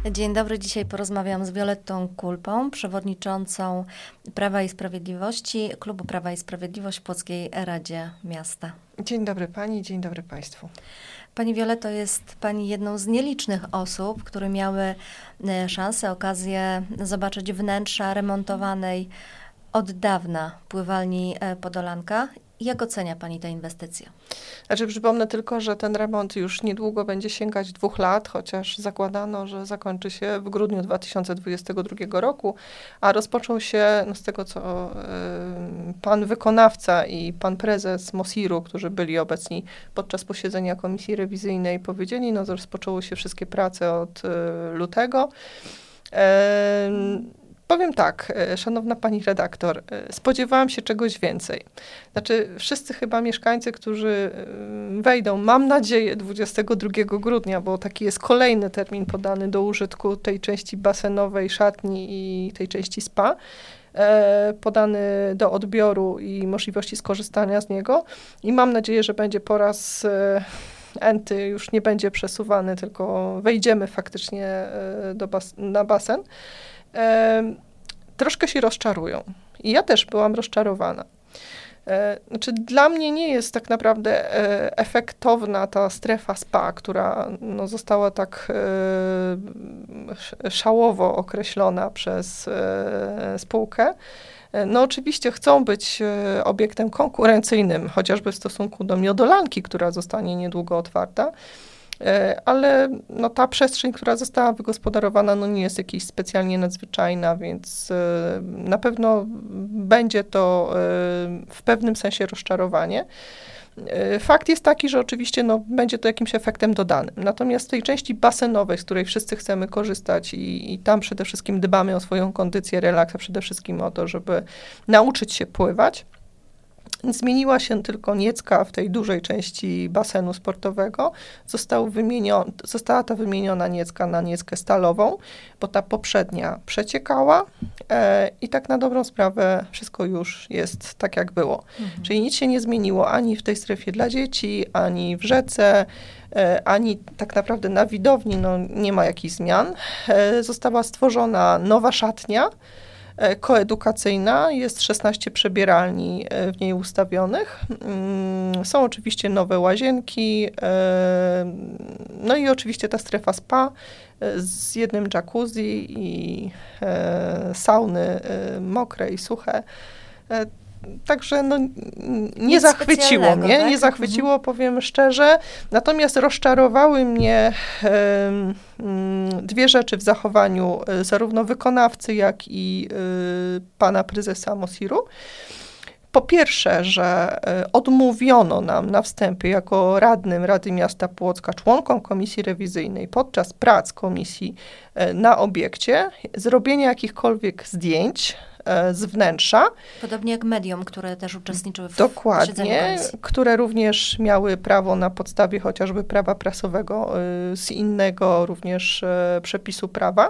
Dzień dobry, dzisiaj porozmawiam z Violettą Kulpą, przewodniczącą Prawa i Sprawiedliwości, Klubu Prawa i Sprawiedliwość w Płockiej Radzie Miasta. Dzień dobry Pani, dzień dobry Państwu. Pani Violetto, jest Pani jedną z nielicznych osób, które miały szansę, okazję zobaczyć wnętrza remontowanej od dawna pływalni Podolanka. Jak ocenia Pani tę inwestycję? Przypomnę tylko, że ten remont już niedługo będzie sięgać 2 lat, chociaż zakładano, że zakończy się w grudniu 2022 roku, a rozpoczął się, z tego co pan wykonawca i pan prezes MOSIR-u, którzy byli obecni podczas posiedzenia komisji rewizyjnej, powiedzieli, rozpoczęły się wszystkie prace od lutego. Powiem tak, szanowna pani redaktor, spodziewałam się czegoś więcej. Wszyscy chyba mieszkańcy, którzy wejdą, mam nadzieję, 22 grudnia, bo taki jest kolejny termin podany do użytku tej części basenowej, szatni i tej części spa, podany do odbioru i możliwości skorzystania z niego. I mam nadzieję, że będzie po raz enty, już nie będzie przesuwany, tylko wejdziemy faktycznie na basen. Troszkę się rozczarują. I ja też byłam rozczarowana. Dla mnie nie jest tak naprawdę efektowna ta strefa spa, która została tak szałowo określona przez spółkę. Oczywiście chcą być obiektem konkurencyjnym, chociażby w stosunku do Miodolanki, która zostanie niedługo otwarta. Ale ta przestrzeń, która została wygospodarowana, nie jest jakaś specjalnie nadzwyczajna, więc na pewno będzie to w pewnym sensie rozczarowanie. Fakt jest taki, że oczywiście będzie to jakimś efektem dodanym. Natomiast w tej części basenowej, z której wszyscy chcemy korzystać i tam przede wszystkim dbamy o swoją kondycję, relaks, a przede wszystkim o to, żeby nauczyć się pływać, zmieniła się tylko niecka w tej dużej części basenu sportowego. Została ta wymieniona niecka na nieckę stalową, bo ta poprzednia przeciekała i tak na dobrą sprawę wszystko już jest tak, jak było. Czyli nic się nie zmieniło ani w tej strefie dla dzieci, ani w rzece, ani tak naprawdę na widowni nie ma jakichś zmian. Została stworzona nowa szatnia, koedukacyjna, jest 16 przebieralni w niej ustawionych. Są oczywiście nowe łazienki, i oczywiście ta strefa spa z jednym jacuzzi i sauny mokre i suche. Także nie zachwyciło mnie, tak? Nie zachwyciło, powiem szczerze. Natomiast rozczarowały mnie dwie rzeczy w zachowaniu zarówno wykonawcy, jak i pana prezesa MOSIR-u. Po pierwsze, że odmówiono nam na wstępie jako radnym Rady Miasta Płocka, członkom komisji rewizyjnej podczas prac komisji na obiekcie zrobienia jakichkolwiek zdjęć z wnętrza. Podobnie jak mediom, które też uczestniczyły w posiedzeniu komisji. Dokładnie, które również miały prawo na podstawie chociażby prawa prasowego z innego również przepisu prawa.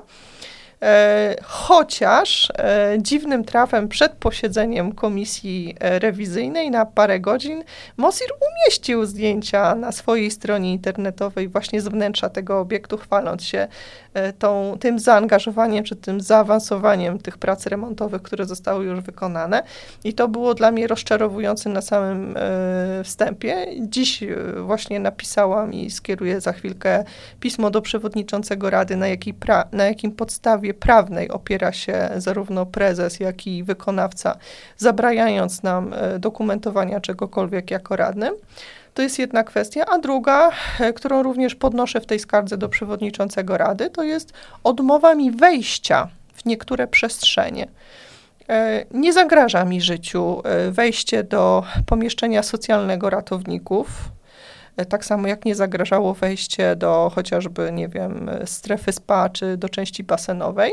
Chociaż dziwnym trafem przed posiedzeniem komisji rewizyjnej na parę godzin MOSIR umieścił zdjęcia na swojej stronie internetowej właśnie z wnętrza tego obiektu, chwaląc się tym zaangażowaniem, czy tym zaawansowaniem tych prac remontowych, które zostały już wykonane. I to było dla mnie rozczarowujące na samym wstępie. Dziś właśnie napisałam i skieruję za chwilkę pismo do przewodniczącego Rady, na jakim podstawie prawnej opiera się zarówno prezes, jak i wykonawca, zabraniając nam dokumentowania czegokolwiek jako radnym. To jest jedna kwestia, a druga, którą również podnoszę w tej skardze do przewodniczącego Rady, to jest odmowa mi wejścia w niektóre przestrzenie. Nie zagraża mi życiu wejście do pomieszczenia socjalnego ratowników, tak samo jak nie zagrażało wejście do chociażby, strefy spa czy do części basenowej.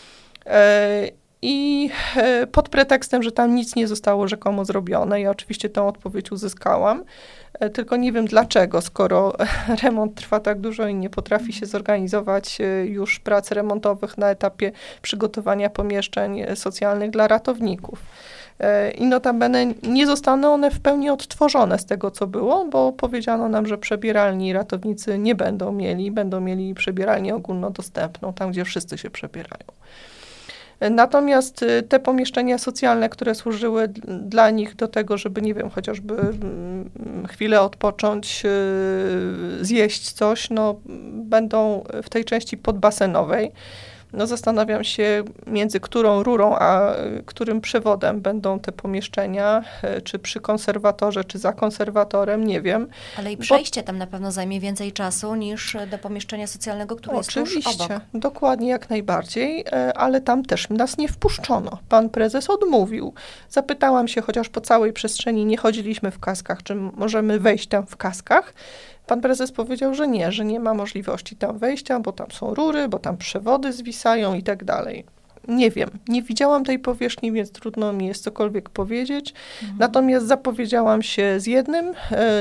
I pod pretekstem, że tam nic nie zostało rzekomo zrobione, ja oczywiście tę odpowiedź uzyskałam, tylko nie wiem dlaczego, skoro remont trwa tak dużo i nie potrafi się zorganizować już prac remontowych na etapie przygotowania pomieszczeń socjalnych dla ratowników. I notabene nie zostaną one w pełni odtworzone z tego, co było, bo powiedziano nam, że przebieralni ratownicy nie będą mieli przebieralnię ogólnodostępną, tam gdzie wszyscy się przebierają. Natomiast te pomieszczenia socjalne, które służyły dla nich do tego, żeby, nie wiem, chociażby chwilę odpocząć, zjeść coś, no, będą w tej części podbasenowej. No, zastanawiam się, między którą rurą a którym przewodem będą te pomieszczenia, czy przy konserwatorze, czy za konserwatorem, nie wiem. Ale i przejście tam na pewno zajmie więcej czasu niż do pomieszczenia socjalnego, które jest tuż obok. Oczywiście, dokładnie, jak najbardziej, ale tam też nas nie wpuszczono. Pan prezes odmówił. Zapytałam się, chociaż po całej przestrzeni nie chodziliśmy w kaskach, czy możemy wejść tam w kaskach. Pan prezes powiedział, że nie ma możliwości tam wejścia, bo tam są rury, bo tam przewody zwisają i tak dalej. Nie wiem, nie widziałam tej powierzchni, więc trudno mi jest cokolwiek powiedzieć. Natomiast zapowiedziałam się z jednym.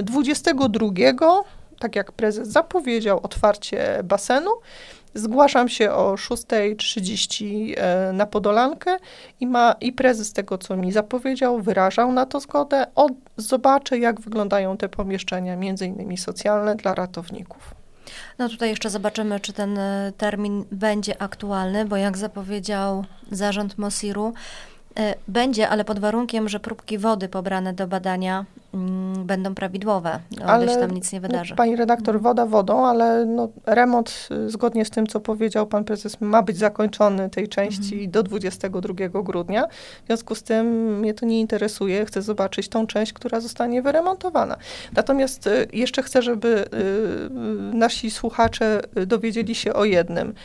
22, tak jak prezes zapowiedział, otwarcie basenu. Zgłaszam się o 6:30 na Podolankę i prezes tego, co mi zapowiedział, wyrażał na to zgodę. Zobaczę, jak wyglądają te pomieszczenia, między innymi socjalne dla ratowników. No tutaj jeszcze zobaczymy, czy ten termin będzie aktualny, bo jak zapowiedział zarząd MOSIR-u, będzie, ale pod warunkiem, że próbki wody pobrane do badania będą prawidłowe. Ale się tam nic nie wydarzy. Pani redaktor, woda wodą, ale remont, zgodnie z tym, co powiedział pan prezes, ma być zakończony tej części do 22 grudnia. W związku z tym mnie to nie interesuje. Chcę zobaczyć tą część, która zostanie wyremontowana. Natomiast jeszcze chcę, żeby nasi słuchacze dowiedzieli się o jednym.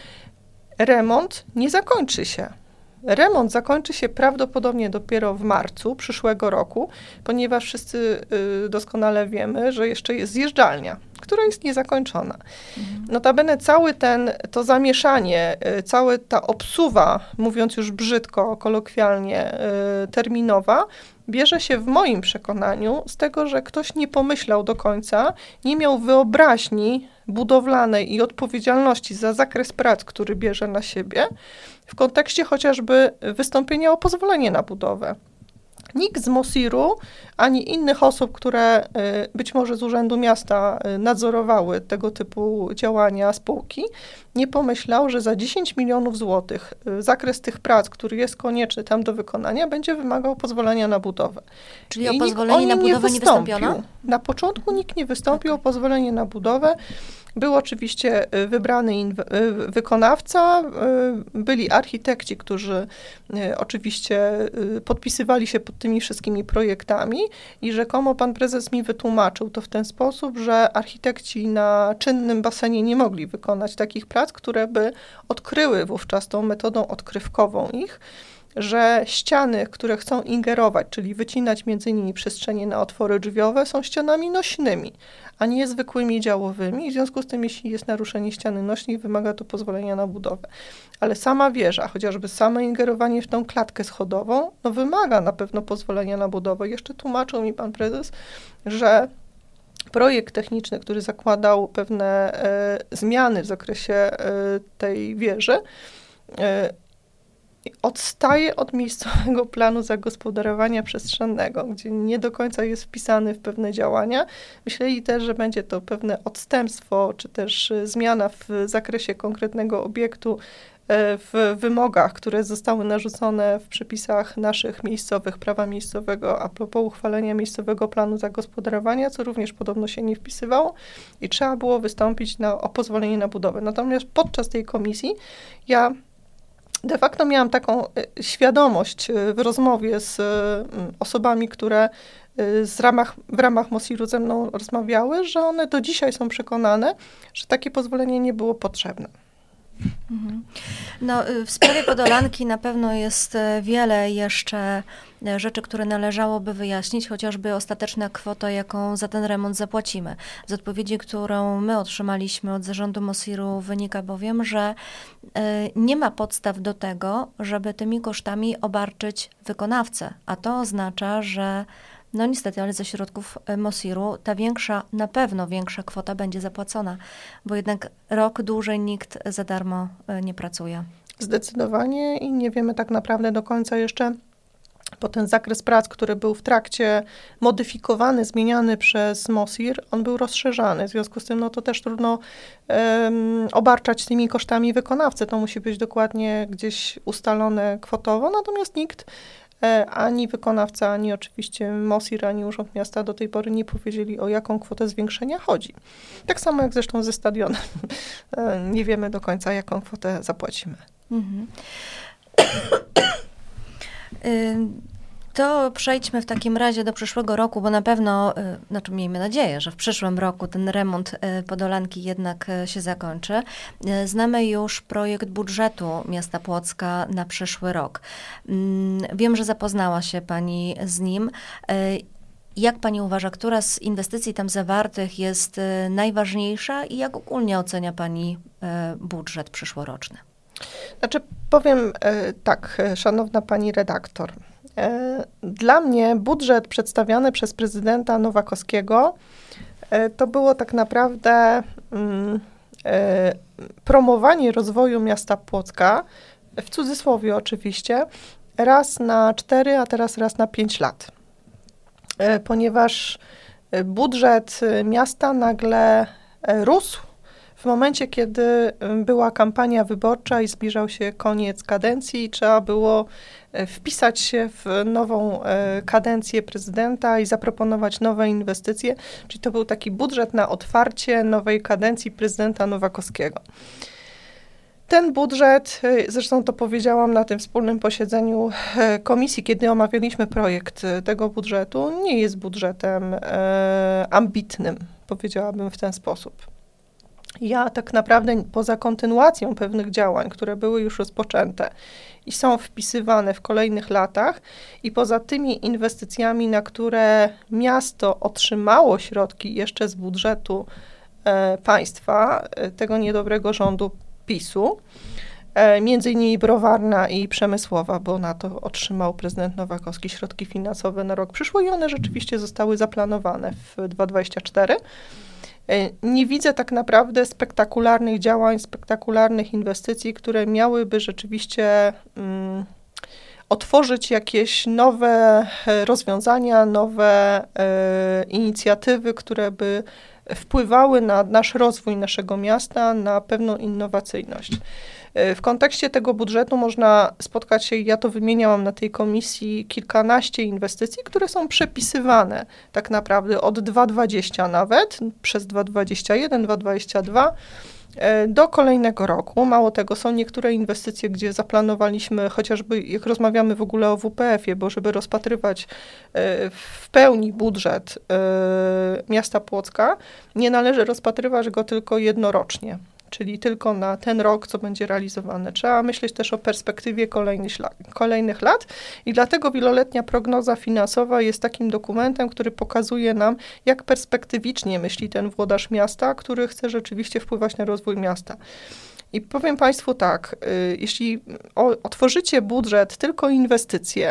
Remont nie zakończy się. Remont zakończy się prawdopodobnie dopiero w marcu przyszłego roku, ponieważ wszyscy doskonale wiemy, że jeszcze jest zjeżdżalnia, która jest niezakończona. Notabene to zamieszanie, cała ta obsuwa, mówiąc już brzydko, kolokwialnie, terminowa, bierze się w moim przekonaniu z tego, że ktoś nie pomyślał do końca, nie miał wyobraźni budowlanej i odpowiedzialności za zakres prac, który bierze na siebie, w kontekście chociażby wystąpienia o pozwolenie na budowę. Nikt z MOSIR-u, ani innych osób, które być może z Urzędu Miasta nadzorowały tego typu działania spółki, nie pomyślał, że za 10 milionów złotych zakres tych prac, który jest konieczny tam do wykonania, będzie wymagał pozwolenia na budowę. Czyli o pozwolenie na budowę nie wystąpiono? Na początku nikt nie wystąpił o pozwolenie na budowę. Był oczywiście wybrany wykonawca, byli architekci, którzy oczywiście podpisywali się pod tymi wszystkimi projektami i rzekomo pan prezes mi wytłumaczył to w ten sposób, że architekci na czynnym basenie nie mogli wykonać takich prac, które by odkryły wówczas tą metodą odkrywkową ich, że ściany, które chcą ingerować, czyli wycinać między nimi przestrzenie na otwory drzwiowe, są ścianami nośnymi, a nie zwykłymi działowymi. W związku z tym, jeśli jest naruszenie ściany nośnej, wymaga to pozwolenia na budowę. Ale sama wieża, chociażby same ingerowanie w tą klatkę schodową, wymaga na pewno pozwolenia na budowę. Jeszcze tłumaczył mi pan prezes, że projekt techniczny, który zakładał pewne zmiany w zakresie tej wieży, odstaje od miejscowego planu zagospodarowania przestrzennego, gdzie nie do końca jest wpisany w pewne działania. Myśleli też, że będzie to pewne odstępstwo, czy też zmiana w zakresie konkretnego obiektu w wymogach, które zostały narzucone w przepisach naszych miejscowych, prawa miejscowego, a propos uchwalenia miejscowego planu zagospodarowania, co również podobno się nie wpisywało i trzeba było wystąpić o pozwolenie na budowę. Natomiast podczas tej komisji ja de facto miałam taką świadomość w rozmowie z osobami, które w ramach MOSIR-u ze mną rozmawiały, że one do dzisiaj są przekonane, że takie pozwolenie nie było potrzebne. No, w sprawie Podolanki na pewno jest wiele jeszcze rzeczy, które należałoby wyjaśnić, chociażby ostateczna kwota, jaką za ten remont zapłacimy. Z odpowiedzi, którą my otrzymaliśmy od zarządu MOSIR-u, wynika bowiem, że nie ma podstaw do tego, żeby tymi kosztami obarczyć wykonawcę, a to oznacza, że no niestety, ale ze środków MOSIR-u ta na pewno większa kwota będzie zapłacona, bo jednak rok dłużej nikt za darmo nie pracuje. Zdecydowanie i nie wiemy tak naprawdę do końca jeszcze, bo ten zakres prac, który był w trakcie modyfikowany, zmieniany przez MOSIR, on był rozszerzany. W związku z tym no to też trudno obarczać tymi kosztami wykonawcę. To musi być dokładnie gdzieś ustalone kwotowo, natomiast nikt, ani wykonawca, ani oczywiście MOSIR, ani Urząd Miasta do tej pory nie powiedzieli, o jaką kwotę zwiększenia chodzi. Tak samo jak zresztą ze stadionem. Nie wiemy do końca, jaką kwotę zapłacimy. Mhm. To przejdźmy w takim razie do przyszłego roku, bo na pewno, znaczy miejmy nadzieję, że w przyszłym roku ten remont Podolanki jednak się zakończy. Znamy już projekt budżetu miasta Płocka na przyszły rok. Wiem, że zapoznała się Pani z nim. Jak Pani uważa, która z inwestycji tam zawartych jest najważniejsza i jak ogólnie ocenia Pani budżet przyszłoroczny? Znaczy, powiem tak, szanowna Pani redaktor. Dla mnie budżet przedstawiany przez prezydenta Nowakowskiego to było tak naprawdę promowanie rozwoju miasta Płocka, w cudzysłowie oczywiście, raz na 4, a teraz raz na 5 lat. Ponieważ budżet miasta nagle rósł w momencie, kiedy była kampania wyborcza i zbliżał się koniec kadencji i trzeba było wpisać się w nową kadencję prezydenta i zaproponować nowe inwestycje, czyli to był taki budżet na otwarcie nowej kadencji prezydenta Nowakowskiego. Ten budżet, zresztą to powiedziałam na tym wspólnym posiedzeniu komisji, kiedy omawialiśmy projekt tego budżetu, nie jest budżetem ambitnym, powiedziałabym w ten sposób. Ja tak naprawdę poza kontynuacją pewnych działań, które były już rozpoczęte i są wpisywane w kolejnych latach i poza tymi inwestycjami, na które miasto otrzymało środki jeszcze z budżetu państwa, tego niedobrego rządu PiS-u, między innymi Browarna i Przemysłowa, bo na to otrzymał prezydent Nowakowski środki finansowe na rok przyszły i one rzeczywiście zostały zaplanowane w 2024. Nie widzę tak naprawdę spektakularnych działań, spektakularnych inwestycji, które miałyby rzeczywiście otworzyć jakieś nowe rozwiązania, nowe inicjatywy, które by wpływały na nasz rozwój naszego miasta, na pewną innowacyjność. W kontekście tego budżetu można spotkać się, ja to wymieniałam na tej komisji, kilkanaście inwestycji, które są przepisywane tak naprawdę od 2020 nawet, przez 2021, 2022 do kolejnego roku. Mało tego, są niektóre inwestycje, gdzie zaplanowaliśmy, chociażby jak rozmawiamy w ogóle o WPF-ie, bo żeby rozpatrywać w pełni budżet miasta Płocka, nie należy rozpatrywać go tylko jednorocznie, czyli tylko na ten rok, co będzie realizowane. Trzeba myśleć też o perspektywie kolejnych lat i dlatego wieloletnia prognoza finansowa jest takim dokumentem, który pokazuje nam, jak perspektywicznie myśli ten włodarz miasta, który chce rzeczywiście wpływać na rozwój miasta. I powiem Państwu tak, jeśli otworzycie budżet tylko inwestycje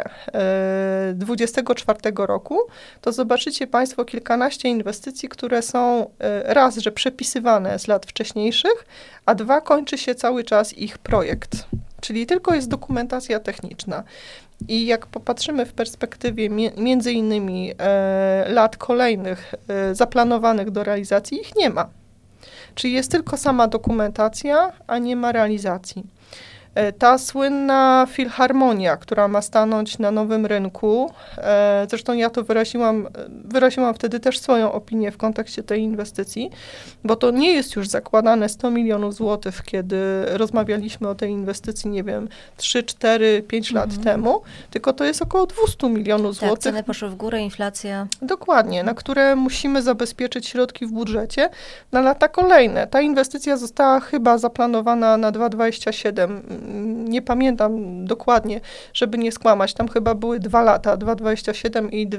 2024 roku, to zobaczycie Państwo kilkanaście inwestycji, które są raz, że przepisywane z lat wcześniejszych, a dwa, kończy się cały czas ich projekt. Czyli tylko jest dokumentacja techniczna. I jak popatrzymy w perspektywie między innymi lat kolejnych zaplanowanych do realizacji, ich nie ma. Czyli jest tylko sama dokumentacja, a nie ma realizacji. Ta słynna filharmonia, która ma stanąć na Nowym Rynku, zresztą ja to wyraziłam wtedy też swoją opinię w kontekście tej inwestycji, bo to nie jest już zakładane 100 milionów złotych, kiedy rozmawialiśmy o tej inwestycji, nie wiem, 3, 4, 5 lat temu, tylko to jest około 200 milionów złotych. Tak, ceny poszły w górę, inflacja. Dokładnie, na które musimy zabezpieczyć środki w budżecie na lata kolejne. Ta inwestycja została chyba zaplanowana na 2027. Nie pamiętam dokładnie, żeby nie skłamać. Tam chyba były 2 lata, 2027 i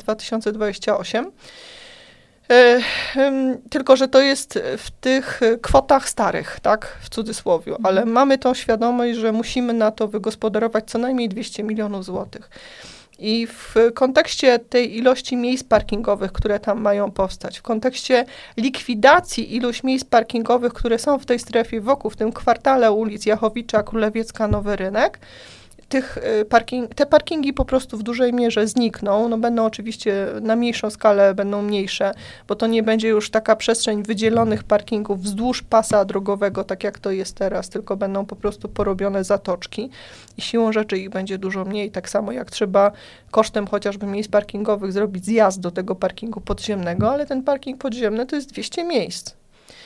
2028. Tylko że to jest w tych kwotach starych, tak, w cudzysłowie, ale mamy tą świadomość, że musimy na to wygospodarować co najmniej 200 milionów złotych. I w kontekście tej ilości miejsc parkingowych, które tam mają powstać, w kontekście likwidacji ilość miejsc parkingowych, które są w tej strefie wokół, w tym kwartale ulic Jachowicza, Królewiecka, Nowy Rynek, te parkingi po prostu w dużej mierze znikną. No będą oczywiście na mniejszą skalę, będą mniejsze, bo to nie będzie już taka przestrzeń wydzielonych parkingów wzdłuż pasa drogowego, tak jak to jest teraz, tylko będą po prostu porobione zatoczki i siłą rzeczy ich będzie dużo mniej. Tak samo jak trzeba kosztem chociażby miejsc parkingowych zrobić zjazd do tego parkingu podziemnego, ale ten parking podziemny to jest 200 miejsc.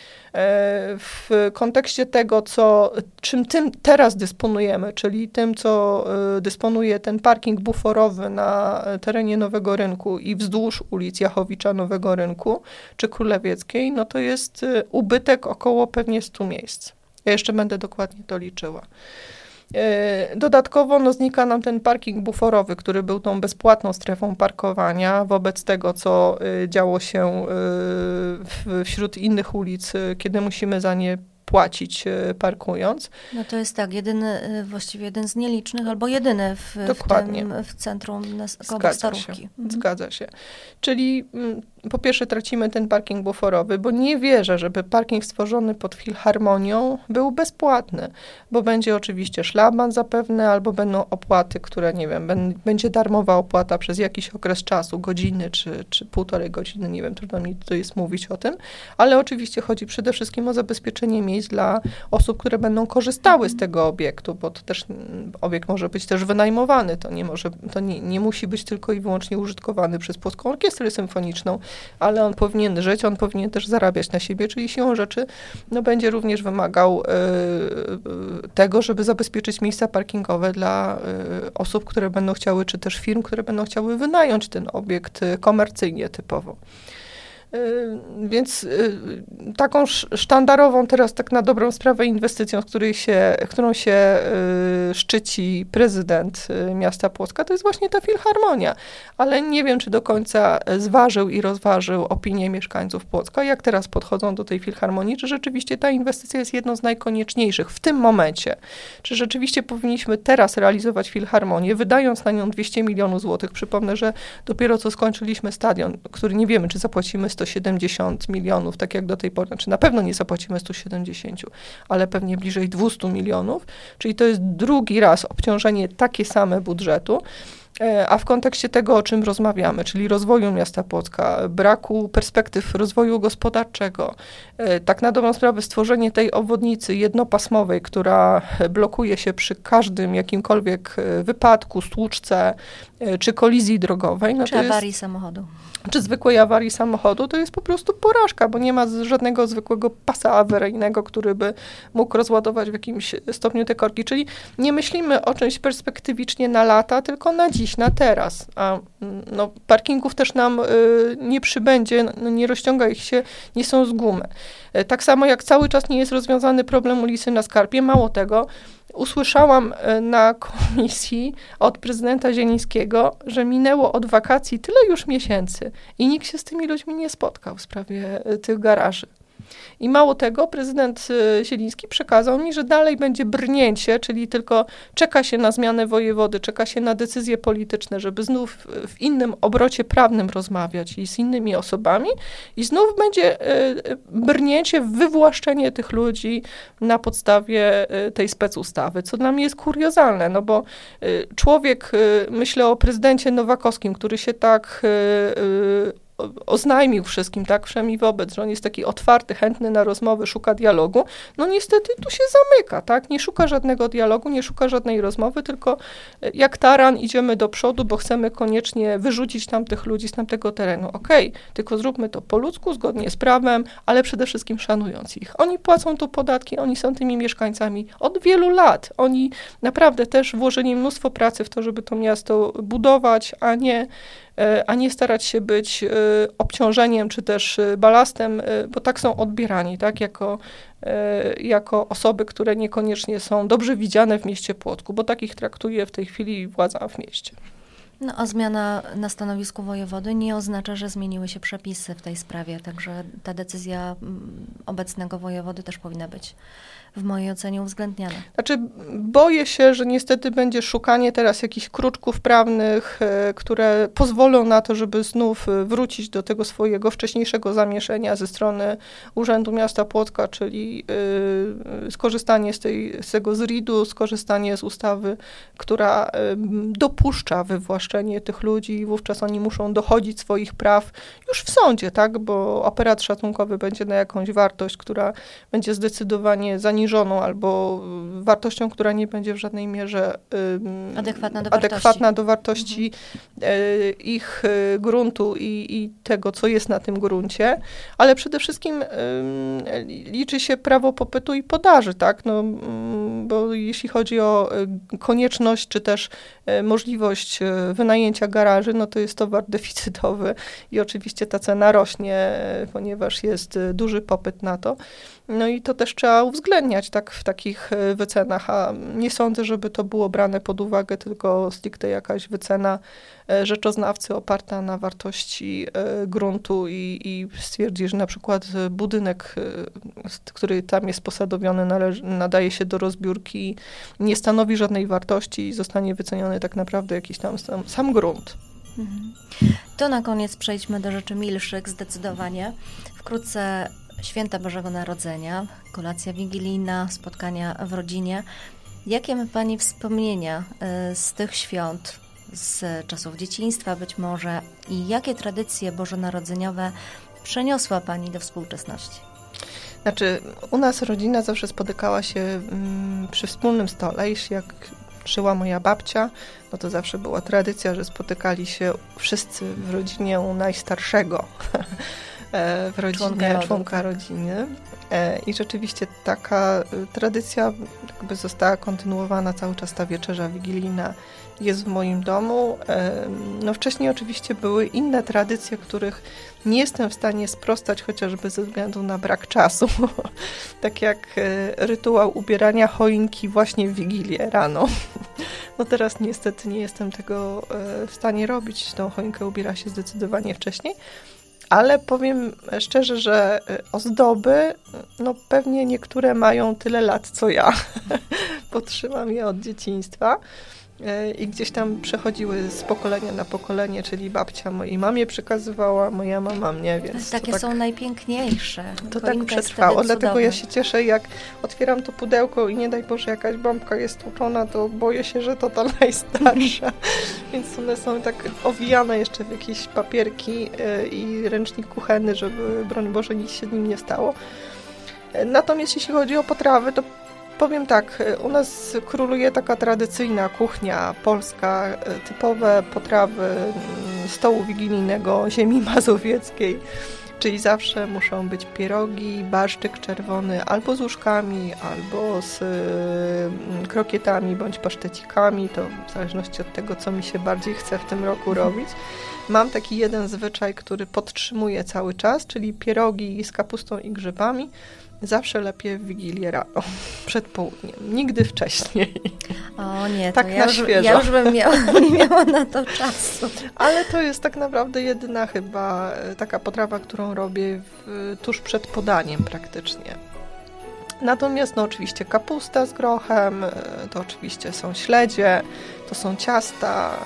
W kontekście tego, czym tym teraz dysponujemy, czyli tym, co dysponuje ten parking buforowy na terenie Nowego Rynku i wzdłuż ulic Jachowicza, Nowego Rynku czy Królewieckiej, no to jest ubytek około pewnie 100 miejsc. Ja jeszcze będę dokładnie to liczyła. Dodatkowo znika nam ten parking buforowy, który był tą bezpłatną strefą parkowania wobec tego, co działo się wśród innych ulic, kiedy musimy za nie płacić parkując. No to jest tak, właściwie jeden z nielicznych, albo jedyny w centrum koło Starówki. Zgadza się. Czyli po pierwsze tracimy ten parking buforowy, bo nie wierzę, żeby parking stworzony pod Filharmonią był bezpłatny, bo będzie oczywiście szlaban zapewne, albo będą opłaty, które nie wiem, będzie darmowa opłata przez jakiś okres czasu, godziny czy półtorej godziny, nie wiem, trudno mi to jest mówić o tym, ale oczywiście chodzi przede wszystkim o zabezpieczenie miejsc dla osób, które będą korzystały z tego obiektu, bo to też obiekt może być też wynajmowany, to nie musi być tylko i wyłącznie użytkowany przez Płocką Orkiestrę Symfoniczną, ale on powinien żyć, on powinien też zarabiać na siebie, czyli siłą rzeczy będzie również wymagał tego, żeby zabezpieczyć miejsca parkingowe dla osób, które będą chciały, czy też firm, które będą chciały wynająć ten obiekt komercyjnie typowo. Więc taką sztandarową teraz tak na dobrą sprawę inwestycją, którą się szczyci prezydent miasta Płocka, to jest właśnie ta Filharmonia. Ale nie wiem, czy do końca zważył i rozważył opinię mieszkańców Płocka, jak teraz podchodzą do tej Filharmonii, czy rzeczywiście ta inwestycja jest jedną z najkonieczniejszych w tym momencie. Czy rzeczywiście powinniśmy teraz realizować Filharmonię, wydając na nią 200 milionów złotych. Przypomnę, że dopiero co skończyliśmy stadion, który nie wiemy, czy zapłacimy 170 milionów, tak jak do tej pory, znaczy na pewno nie zapłacimy 170, ale pewnie bliżej 200 milionów, czyli to jest drugi raz obciążenie takie same budżetu, a w kontekście tego, o czym rozmawiamy, czyli rozwoju miasta Płocka, braku perspektyw rozwoju gospodarczego, tak na dobrą sprawę stworzenie tej obwodnicy jednopasmowej, która blokuje się przy każdym jakimkolwiek wypadku, stłuczce, czy kolizji drogowej. No czy awarii samochodu. Czy zwykłej awarii samochodu, to jest po prostu porażka, bo nie ma żadnego zwykłego pasa awaryjnego, który by mógł rozładować w jakimś stopniu te korki. Czyli nie myślimy o czymś perspektywicznie na lata, tylko na dziś, na teraz. A parkingów też nam nie przybędzie, nie rozciąga ich się, nie są z gumy. Tak samo jak cały czas nie jest rozwiązany problem ulicy na Skarpie. Mało tego, usłyszałam na komisji od prezydenta Zielińskiego, że minęło od wakacji tyle już miesięcy i nikt się z tymi ludźmi nie spotkał w sprawie tych garaży. I mało tego, prezydent Zieliński przekazał mi, że dalej będzie brnięcie, czyli tylko czeka się na zmianę wojewody, czeka się na decyzje polityczne, żeby znów w innym obrocie prawnym rozmawiać i z innymi osobami i znów będzie brnięcie w wywłaszczenie tych ludzi na podstawie tej specustawy, co dla mnie jest kuriozalne, no bo człowiek, myślę o prezydencie Nowakowskim, który się tak oznajmił wszystkim, tak, wszemi wobec, że on jest taki otwarty, chętny na rozmowy, szuka dialogu, no niestety tu się zamyka, tak, nie szuka żadnego dialogu, nie szuka żadnej rozmowy, tylko jak taran idziemy do przodu, bo chcemy koniecznie wyrzucić tamtych ludzi z tamtego terenu. Okej, tylko zróbmy to po ludzku, zgodnie z prawem, ale przede wszystkim szanując ich. Oni płacą tu podatki, oni są tymi mieszkańcami od wielu lat. Oni naprawdę też włożyli mnóstwo pracy w to, żeby to miasto budować, a nie starać się być obciążeniem czy też balastem, bo tak są odbierani, tak, jako osoby, które niekoniecznie są dobrze widziane w mieście Płocku, bo takich traktuje w tej chwili władza w mieście. No, a zmiana na stanowisku wojewody nie oznacza, że zmieniły się przepisy w tej sprawie, także ta decyzja obecnego wojewody też powinna być w mojej ocenie uwzględniana. Znaczy, boję się, że niestety będzie szukanie teraz jakichś kruczków prawnych, które pozwolą na to, żeby znów wrócić do tego swojego wcześniejszego zamieszania ze strony Urzędu Miasta Płocka, czyli skorzystanie z tego ZRID-u, skorzystanie z ustawy, która dopuszcza wywłaszczenie tych ludzi i wówczas oni muszą dochodzić swoich praw już w sądzie, tak? Bo operat szacunkowy będzie na jakąś wartość, która będzie zdecydowanie zaniżona albo wartością, która nie będzie w żadnej mierze adekwatna do wartości ich gruntu i tego, co jest na tym gruncie, ale przede wszystkim liczy się prawo popytu i podaży, tak? No, bo jeśli chodzi o konieczność, czy też możliwość wynajęcia garaży, no to jest towar deficytowy i oczywiście ta cena rośnie, ponieważ jest duży popyt na to. No i to też trzeba uwzględniać tak w takich wycenach, a nie sądzę, żeby to było brane pod uwagę, tylko stricte jakaś wycena rzeczoznawcy oparta na wartości gruntu i stwierdzi, że na przykład budynek, który tam jest posadowiony, nadaje się do rozbiórki, nie stanowi żadnej wartości i zostanie wyceniony tak naprawdę jakiś tam sam grunt. To na koniec przejdźmy do rzeczy milszych zdecydowanie. Wkrótce Święta Bożego Narodzenia, kolacja wigilijna, spotkania w rodzinie. Jakie ma Pani wspomnienia z tych świąt, z czasów dzieciństwa być może i jakie tradycje bożonarodzeniowe przeniosła Pani do współczesności? Znaczy, u nas rodzina zawsze spotykała się przy wspólnym stole, jeśli jak żyła moja babcia, no to zawsze była tradycja, że spotykali się wszyscy w rodzinie u najstarszego w rodzinie, członka rodziny. I rzeczywiście taka tradycja jakby została kontynuowana cały czas, ta wieczerza wigilijna jest w moim domu. No wcześniej oczywiście były inne tradycje, których nie jestem w stanie sprostać, chociażby ze względu na brak czasu. Tak jak rytuał ubierania choinki właśnie w Wigilię rano. No teraz niestety nie jestem tego w stanie robić. Tą choinkę ubiera się zdecydowanie wcześniej. Ale powiem szczerze, że ozdoby, no pewnie niektóre mają tyle lat, co ja. Potrzymam je od dzieciństwa. I gdzieś tam przechodziły z pokolenia na pokolenie, czyli babcia mojej mamie przekazywała, moja mama mnie, więc takie są tak, najpiękniejsze. To tak przetrwało, dlatego ja się cieszę, jak otwieram to pudełko i nie daj Boże jakaś bombka jest tłuczona, to boję się, że to ta najstarsza. Więc one są tak owijane jeszcze w jakieś papierki i ręcznik kuchenny, żeby broń Boże nic się nim nie stało. Natomiast jeśli chodzi o potrawy, to powiem tak, u nas króluje taka tradycyjna kuchnia polska, typowe potrawy stołu wigilijnego ziemi mazowieckiej, czyli zawsze muszą być pierogi, barszczyk czerwony albo z łóżkami, albo z krokietami bądź pasztecikami, to w zależności od tego, co mi się bardziej chce w tym roku robić. Mam taki jeden zwyczaj, który podtrzymuję cały czas, czyli pierogi z kapustą i grzybami. Zawsze lepiej w Wigilię rano, przed południem, nigdy wcześniej. O nie, tak to na świeżo. Ja już bym nie miała na to czasu. Ale to jest tak naprawdę jedyna chyba taka potrawa, którą robię tuż przed podaniem praktycznie. Natomiast no oczywiście kapusta z grochem, to oczywiście są śledzie, to są ciasta.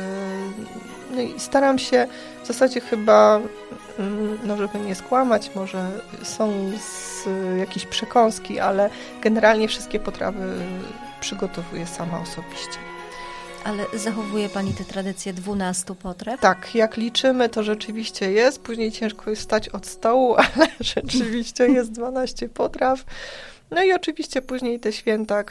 No i staram się w zasadzie chyba, no żeby nie skłamać, może są jakieś przekąski, ale generalnie wszystkie potrawy przygotowuję sama osobiście. Ale zachowuje Pani tę tradycję 12 potraw? Tak, jak liczymy, to rzeczywiście jest. Później ciężko jest wstać od stołu, ale rzeczywiście jest 12 potraw. No i oczywiście później te święta,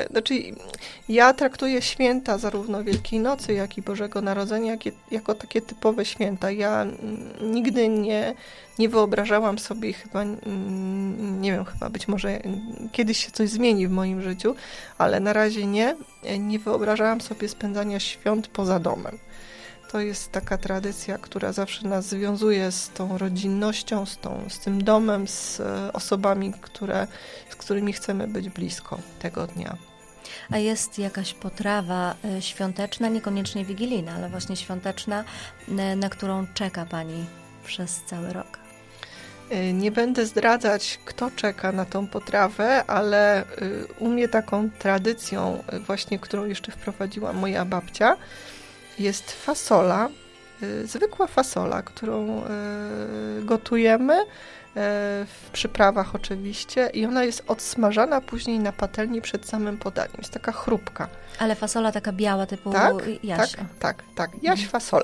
ja traktuję święta zarówno Wielkiej Nocy, jak i Bożego Narodzenia jako takie typowe święta. Ja nigdy nie wyobrażałam sobie chyba, nie wiem, chyba być może kiedyś się coś zmieni w moim życiu, ale na razie nie wyobrażałam sobie spędzania świąt poza domem. To jest taka tradycja, która zawsze nas związuje z tą rodzinnością, z tym domem, z osobami, z którymi chcemy być blisko tego dnia. A jest jakaś potrawa świąteczna, niekoniecznie wigilijna, ale właśnie świąteczna, na którą czeka Pani przez cały rok? Nie będę zdradzać, kto czeka na tą potrawę, ale u mnie taką tradycją właśnie, którą jeszcze wprowadziła moja babcia, jest fasola, zwykła fasola, którą gotujemy w przyprawach oczywiście i ona jest odsmażana później na patelni przed samym podaniem. Jest taka chrupka. Ale fasola taka biała typu Jaś. Tak. Jaś fasola.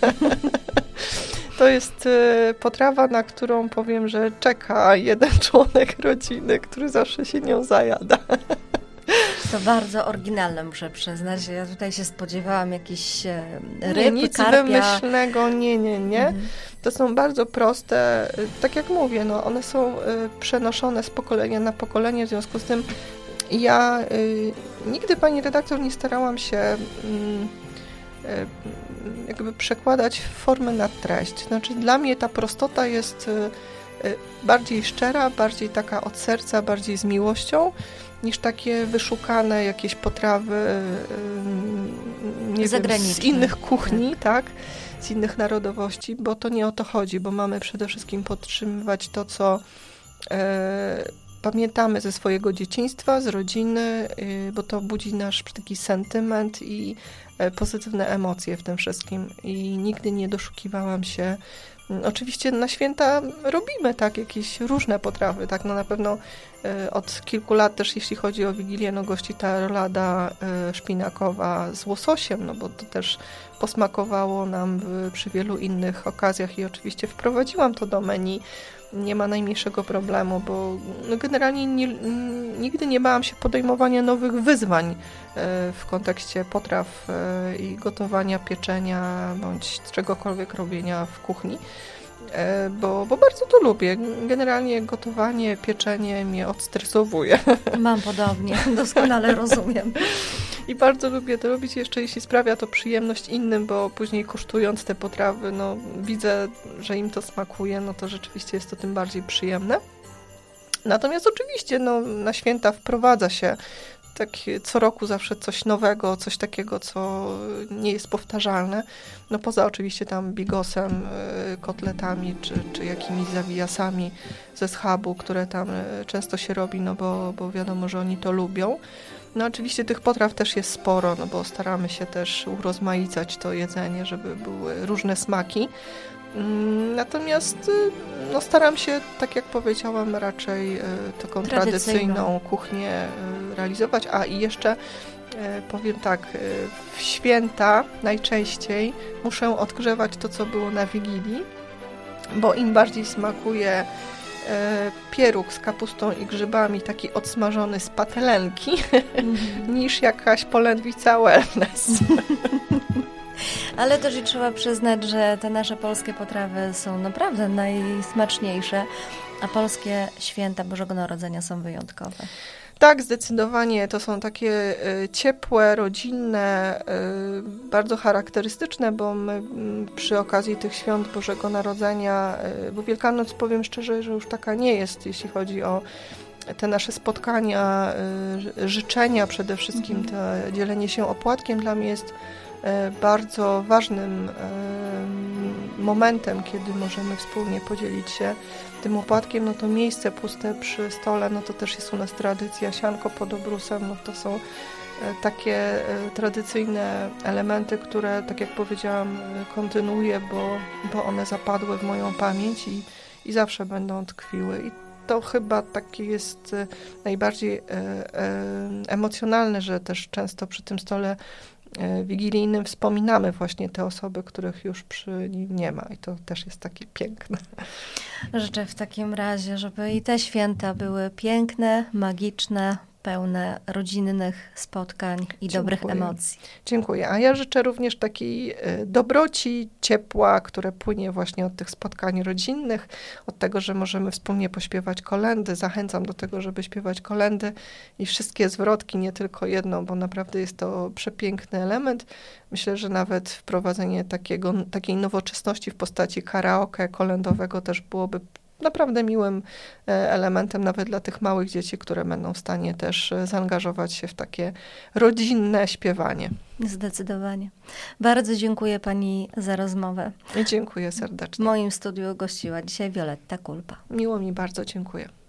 To jest potrawa, na którą powiem, że czeka jeden członek rodziny, który zawsze się nią zajada. To bardzo oryginalne, muszę przyznać. Ja tutaj się spodziewałam jakichś ryb, nic karpia. wymyślnego, nie. To są bardzo proste, tak jak mówię, no, one są przenoszone z pokolenia na pokolenie, w związku z tym ja nigdy, pani redaktor, nie starałam się jakby przekładać formę na treść. Znaczy dla mnie ta prostota jest bardziej szczera, bardziej taka od serca, bardziej z miłością, niż takie wyszukane jakieś potrawy nie wiem, z innych kuchni, tak? Z innych narodowości, bo to nie o to chodzi, bo mamy przede wszystkim podtrzymywać to, co pamiętamy ze swojego dzieciństwa, z rodziny, bo to budzi nasz taki sentyment i pozytywne emocje w tym wszystkim. I nigdy nie doszukiwałam się. Oczywiście na święta robimy tak jakieś różne potrawy, tak, no na pewno od kilku lat też jeśli chodzi o Wigilię, no gości ta rolada szpinakowa z łososiem, no bo to też posmakowało nam przy wielu innych okazjach i oczywiście wprowadziłam to do menu. Nie ma najmniejszego problemu, bo generalnie nigdy nie bałam się podejmowania nowych wyzwań w kontekście potraw i gotowania, pieczenia bądź czegokolwiek robienia w kuchni, bo bardzo to lubię. Generalnie gotowanie, pieczenie mnie odstresowuje. Mam podobnie, doskonale rozumiem. I bardzo lubię to robić, jeszcze jeśli sprawia to przyjemność innym, bo później kosztując te potrawy, no widzę, że im to smakuje, no to rzeczywiście jest to tym bardziej przyjemne. Natomiast oczywiście no, na święta wprowadza się tak co roku zawsze coś nowego, coś takiego, co nie jest powtarzalne. No poza oczywiście tam bigosem, kotletami, czy jakimiś zawijasami ze schabu, które tam często się robi, no bo wiadomo, że oni to lubią. No oczywiście tych potraw też jest sporo, no bo staramy się też urozmaicać to jedzenie, żeby były różne smaki. Natomiast no, staram się, tak jak powiedziałam, raczej taką tradycyjną kuchnię realizować. A i jeszcze powiem tak, w święta najczęściej muszę odgrzewać to, co było na Wigilii, bo im bardziej smakuje pieróg z kapustą i grzybami, taki odsmażony z patelenki, niż jakaś polędwica wellness. Ale też i trzeba przyznać, że te nasze polskie potrawy są naprawdę najsmaczniejsze, a polskie święta Bożego Narodzenia są wyjątkowe. Tak, zdecydowanie. To są takie ciepłe, rodzinne, bardzo charakterystyczne, bo my przy okazji tych świąt Bożego Narodzenia, bo Wielkanoc, powiem szczerze, że już taka nie jest, jeśli chodzi o te nasze spotkania, życzenia przede wszystkim, to dzielenie się opłatkiem dla mnie jest bardzo ważnym momentem, kiedy możemy wspólnie podzielić się tym opłatkiem. No to miejsce puste przy stole, no to też jest u nas tradycja, sianko pod obrusem, no to są takie tradycyjne elementy, które, tak jak powiedziałam, kontynuuję, bo one zapadły w moją pamięć i zawsze będą tkwiły. I to chyba takie jest najbardziej emocjonalne, że też często przy tym stole wigilijnym wspominamy właśnie te osoby, których już przy nim nie ma i to też jest takie piękne. Życzę w takim razie, żeby i te święta były piękne, magiczne, pełne rodzinnych spotkań i dobrych emocji. Dziękuję. A ja życzę również takiej dobroci, ciepła, które płynie właśnie od tych spotkań rodzinnych, od tego, że możemy wspólnie pośpiewać kolędy. Zachęcam do tego, żeby śpiewać kolędy i wszystkie zwrotki, nie tylko jedną, bo naprawdę jest to przepiękny element. Myślę, że nawet wprowadzenie takiej nowoczesności w postaci karaoke kolędowego też byłoby naprawdę miłym elementem nawet dla tych małych dzieci, które będą w stanie też zaangażować się w takie rodzinne śpiewanie. Zdecydowanie. Bardzo dziękuję pani za rozmowę. Dziękuję serdecznie. W moim studiu gościła dzisiaj Wioletta Kulpa. Miło mi bardzo, dziękuję.